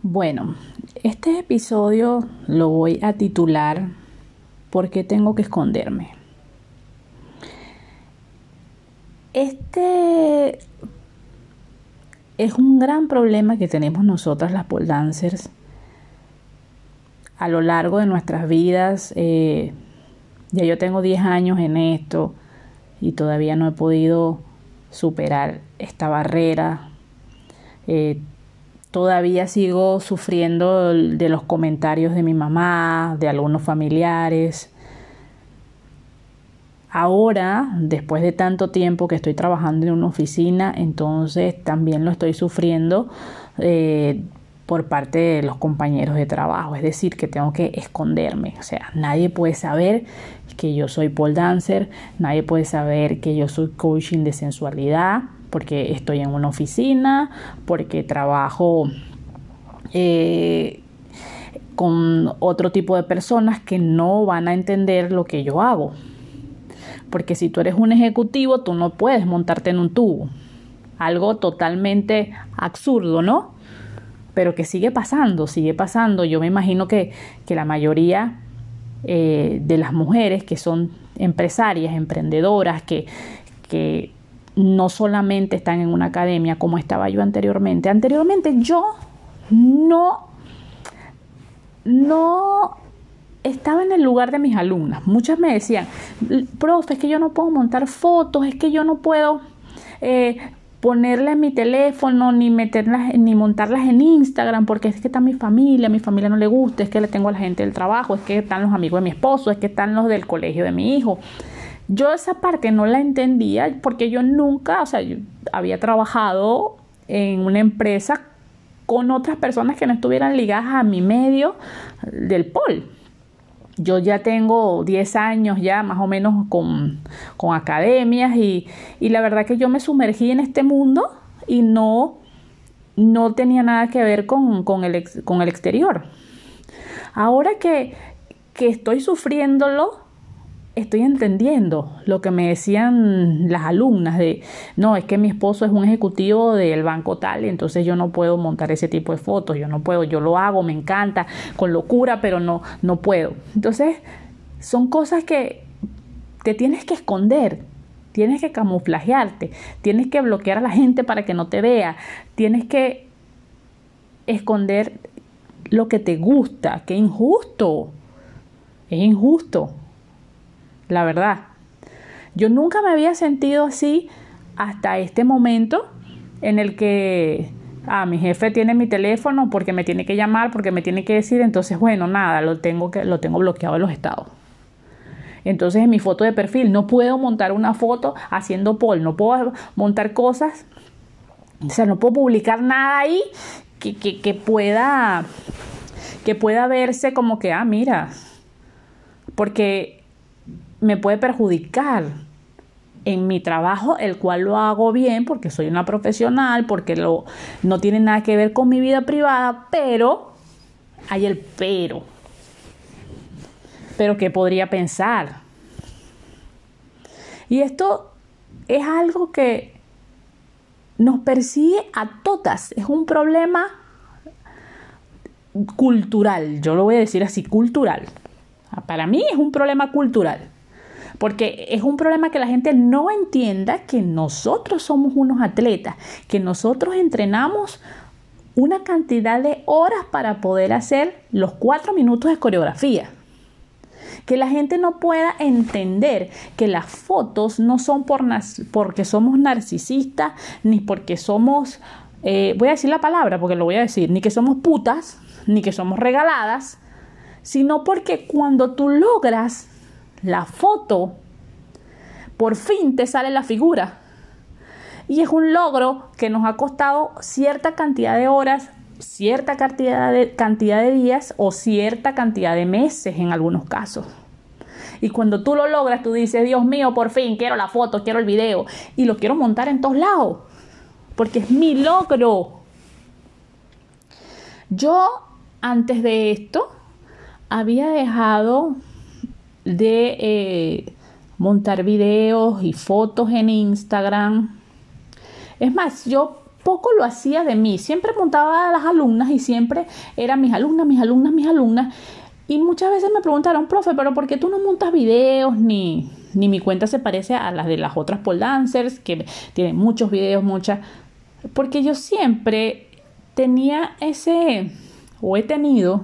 Bueno, este episodio lo voy a titular ¿Por qué tengo que esconderme? Este es un gran problema que tenemos nosotras las pole dancers a lo largo de nuestras vidas. Ya yo tengo 10 años en esto y todavía no he podido superar esta barrera. Todavía sigo sufriendo de los comentarios de mi mamá, de algunos familiares. Ahora, después de tanto tiempo que estoy trabajando en una oficina, entonces también lo estoy sufriendo por parte de los compañeros de trabajo. Es decir, que tengo que esconderme. O sea, nadie puede saber que yo soy pole dancer, nadie puede saber que yo soy coaching de sensualidad, porque estoy en una oficina, porque trabajo con otro tipo de personas que no van a entender lo que yo hago. Porque si tú eres un ejecutivo, tú no puedes montarte en un tubo. Algo totalmente absurdo, ¿no? Pero que sigue pasando. Yo me imagino que la mayoría de las mujeres que son empresarias, emprendedoras, que no solamente están en una academia como estaba yo anteriormente. Anteriormente yo no estaba en el lugar de mis alumnas. Muchas me decían, profe, es que yo no puedo montar fotos, es que yo no puedo ponerlas en mi teléfono, ni montarlas en Instagram, porque es que está mi familia no le gusta, es que le tengo a la gente del trabajo, es que están los amigos de mi esposo, es que están los del colegio de mi hijo. Yo esa parte no la entendía porque yo nunca, yo había trabajado en una empresa con otras personas que no estuvieran ligadas a mi medio del pole. Yo ya tengo 10 años ya más o menos con academias y la verdad que yo me sumergí en este mundo y no tenía nada que ver con el exterior. Ahora que estoy sufriéndolo, estoy entendiendo lo que me decían las alumnas de, no, es que mi esposo es un ejecutivo del banco tal, y entonces yo no puedo montar ese tipo de fotos, yo no puedo, yo lo hago, me encanta, con locura, pero no puedo. Entonces, son cosas que te tienes que esconder, tienes que camuflajearte, tienes que bloquear a la gente para que no te vea, tienes que esconder lo que te gusta. ¡Qué injusto! Es injusto. La verdad, yo nunca me había sentido así hasta este momento en el que mi jefe tiene mi teléfono porque me tiene que llamar, porque me tiene que decir, entonces bueno, nada, lo tengo bloqueado en los estados. Entonces en mi foto de perfil no puedo montar una foto haciendo pole, no puedo montar cosas, no puedo publicar nada ahí que pueda verse como que, mira, porque me puede perjudicar en mi trabajo, el cual lo hago bien porque soy una profesional, porque no tiene nada que ver con mi vida privada, pero hay el pero. Pero ¿qué podría pensar? Y esto es algo que nos persigue a todas. Es un problema cultural, yo lo voy a decir así, cultural. Para mí es un problema cultural. Porque es un problema que la gente no entienda que nosotros somos unos atletas, que nosotros entrenamos una cantidad de horas para poder hacer los 4 minutos de coreografía. Que la gente no pueda entender que las fotos no son porque somos narcisistas, ni porque somos, voy a decir la palabra porque lo voy a decir, ni que somos putas, ni que somos regaladas, sino porque cuando tú logras la foto, por fin te sale la figura. Y es un logro que nos ha costado cierta cantidad de horas, cierta cantidad de días o cierta cantidad de meses en algunos casos. Y cuando tú lo logras, tú dices, Dios mío, por fin quiero la foto, quiero el video y lo quiero montar en todos lados porque es mi logro. Yo antes de esto había dejado de montar videos y fotos en Instagram. Es más, yo poco lo hacía de mí. Siempre montaba a las alumnas y siempre eran mis alumnas. Y muchas veces me preguntaron, profe, ¿pero por qué tú no montas videos? Ni mi cuenta se parece a las de las otras pole dancers, que tienen muchos videos, Porque yo siempre tenía he tenido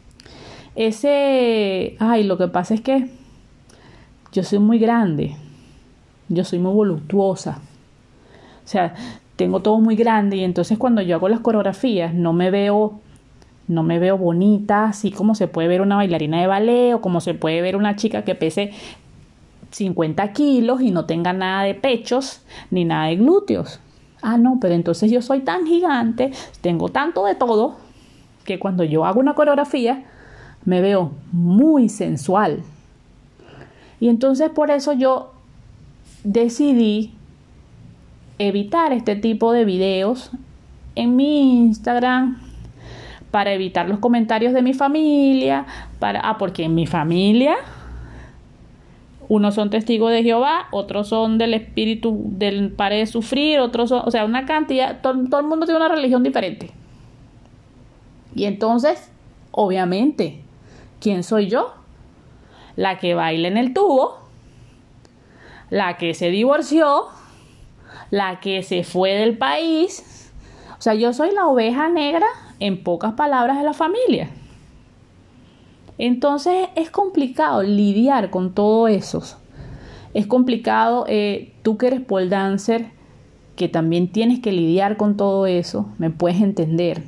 lo que pasa es que yo soy muy grande, yo soy muy voluptuosa. O sea, tengo todo muy grande y entonces cuando yo hago las coreografías no me veo bonita, así como se puede ver una bailarina de ballet o como se puede ver una chica que pese 50 kilos y no tenga nada de pechos ni nada de glúteos. No, pero entonces yo soy tan gigante, tengo tanto de todo, que cuando yo hago una coreografía me veo muy sensual. Y entonces por eso yo decidí evitar este tipo de videos en mi Instagram, para evitar los comentarios de mi familia, porque en mi familia unos son testigos de Jehová, otros son del espíritu del pare de sufrir, otros son, o sea, una cantidad, todo el mundo tiene una religión diferente. Y entonces, obviamente, ¿quién soy yo? La que baila en el tubo, la que se divorció, la que se fue del país. O sea, yo soy la oveja negra, en pocas palabras, de la familia. Entonces es complicado lidiar con todo eso. Es complicado, tú que eres pole dancer, que también tienes que lidiar con todo eso, me puedes entender.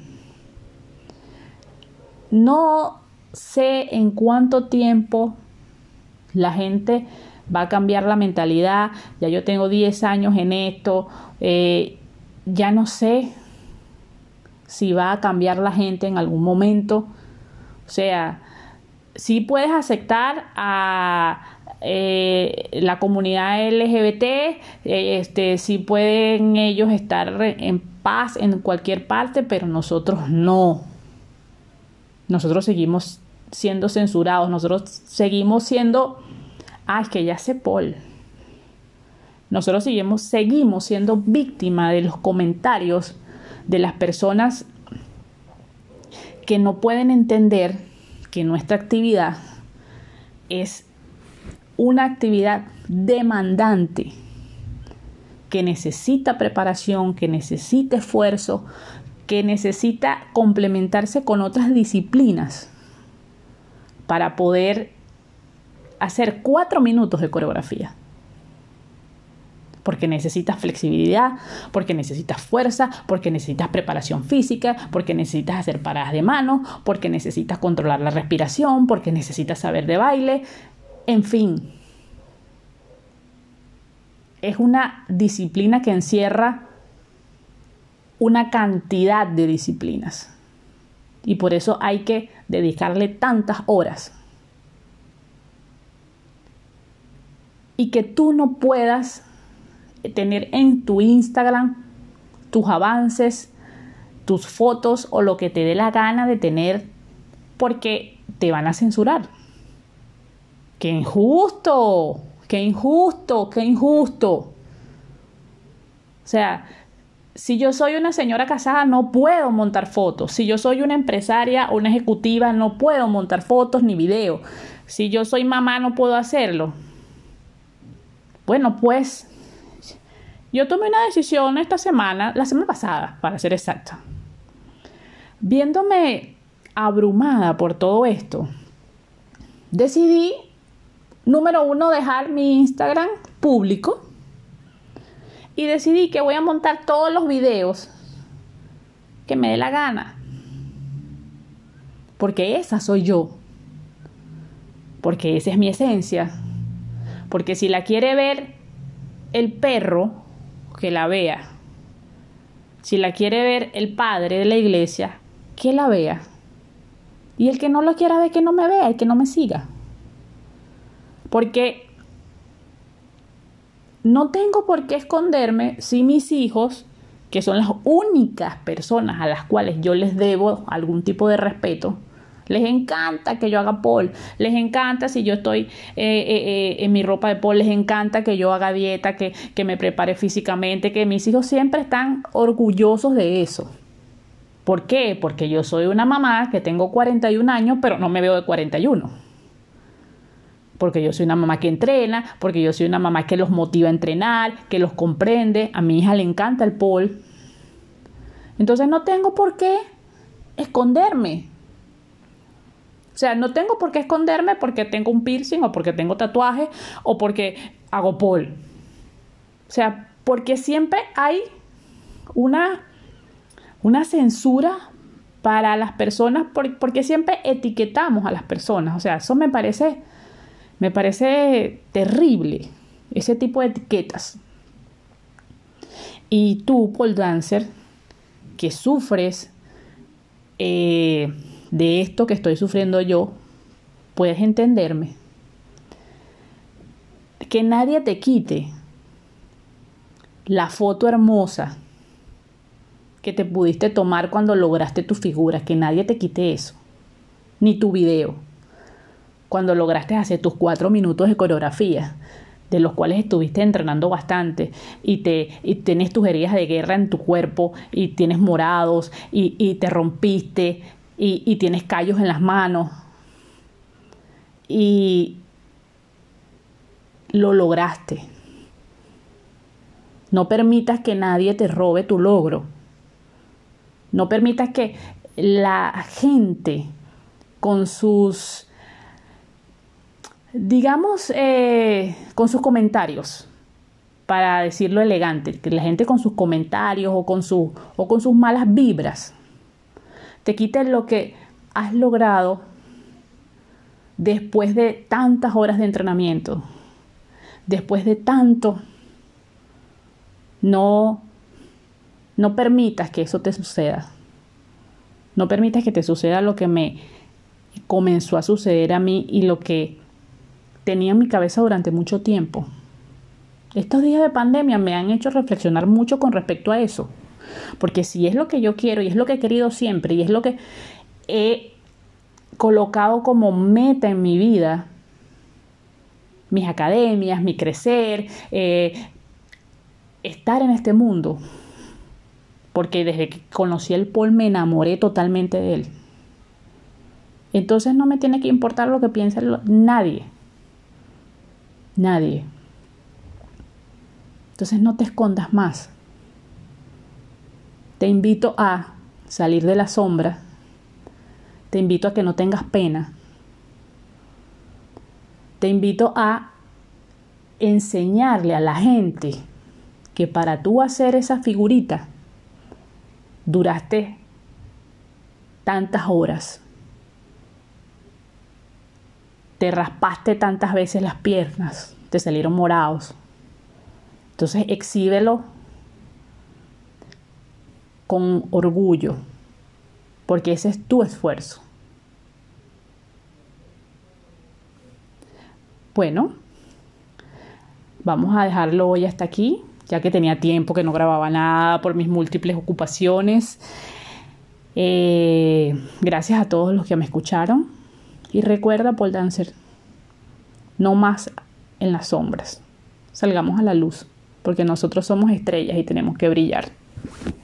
No sé en cuánto tiempo la gente va a cambiar la mentalidad. Ya yo tengo 10 años en esto, ya no sé si va a cambiar la gente en algún momento. O sea, sí puedes aceptar a la comunidad LGBT, sí pueden ellos estar en paz en cualquier parte, pero nosotros no. Nosotros seguimos siendo censurados, nosotros seguimos siendo, es que ya sé Paul. Nosotros seguimos siendo víctimas de los comentarios de las personas que no pueden entender que nuestra actividad es una actividad demandante, que necesita preparación, que necesita esfuerzo, que necesita complementarse con otras disciplinas para poder hacer 4 minutos de coreografía. Porque necesitas flexibilidad, porque necesitas fuerza, porque necesitas preparación física, porque necesitas hacer paradas de mano, porque necesitas controlar la respiración, porque necesitas saber de baile, en fin. Es una disciplina que encierra una cantidad de disciplinas y por eso hay que dedicarle tantas horas. Y que tú no puedas tener en tu Instagram tus avances, tus fotos o lo que te dé la gana de tener, porque te van a censurar. ¡Qué injusto! ¡Qué injusto! ¡Qué injusto! O sea, si yo soy una señora casada, no puedo montar fotos. Si yo soy una empresaria o una ejecutiva, no puedo montar fotos ni video. Si yo soy mamá, no puedo hacerlo. Bueno, pues yo tomé una decisión la semana pasada, para ser exacta. Viéndome abrumada por todo esto, decidí, número 1, dejar mi Instagram público y decidí que voy a montar todos los videos que me dé la gana. Porque esa soy yo. Porque esa es mi esencia. Porque si la quiere ver el perro, que la vea. Si la quiere ver el padre de la iglesia, que la vea. Y el que no lo quiera ver, que no me vea y que no me siga. Porque no tengo por qué esconderme si mis hijos, que son las únicas personas a las cuales yo les debo algún tipo de respeto, Les encanta que yo haga pole, les encanta si yo estoy en mi ropa de pole, les encanta que yo haga dieta, que me prepare físicamente, que mis hijos siempre están orgullosos de eso. ¿Por qué? Porque yo soy una mamá que tengo 41 años, pero no me veo de 41. Porque yo soy una mamá que entrena, porque yo soy una mamá que los motiva a entrenar, que los comprende. A mi hija le encanta el pole. Entonces no tengo por qué esconderme. O sea, no tengo por qué esconderme porque tengo un piercing o porque tengo tatuajes o porque hago pole. O sea, porque siempre hay una censura para las personas, porque siempre etiquetamos a las personas. O sea, eso me parece terrible, ese tipo de etiquetas. Y tú, pole dancer, que sufres de esto que estoy sufriendo yo, puedes entenderme. Que nadie te quite la foto hermosa que te pudiste tomar cuando lograste tu figura, que nadie te quite eso, ni tu video, cuando lograste hacer tus 4 minutos de coreografía, de los cuales estuviste entrenando bastante, y tienes tus heridas de guerra en tu cuerpo, y tienes morados, y te rompiste, y tienes callos en las manos, y lo lograste. No permitas que nadie te robe tu logro. No permitas que la gente con sus, digamos, con sus comentarios, para decirlo elegante, que la gente con sus comentarios o con sus malas vibras te quite lo que has logrado después de tantas horas de entrenamiento, después de tanto. No permitas que eso te suceda. No permitas que te suceda lo que me comenzó a suceder a mí y lo que tenía en mi cabeza durante mucho tiempo. Estos días de pandemia me han hecho reflexionar mucho con respecto a eso. Porque si es lo que yo quiero y es lo que he querido siempre y es lo que he colocado como meta en mi vida, mis academias, mi crecer, estar en este mundo, porque desde que conocí el pole me enamoré totalmente de él. Entonces no me tiene que importar lo que piense nadie. Nadie. Entonces no te escondas más. Te invito a salir de la sombra. Te invito a que no tengas pena. Te invito a enseñarle a la gente que para tú hacer esa figurita duraste tantas horas, te raspaste tantas veces las piernas, te salieron morados. Entonces exhíbelo con orgullo, porque ese es tu esfuerzo. Bueno, vamos a dejarlo hoy hasta aquí, ya que tenía tiempo que no grababa nada por mis múltiples ocupaciones. Gracias a todos los que me escucharon. Y recuerda, pole dancer, no más en las sombras. Salgamos a la luz, porque nosotros somos estrellas y tenemos que brillar.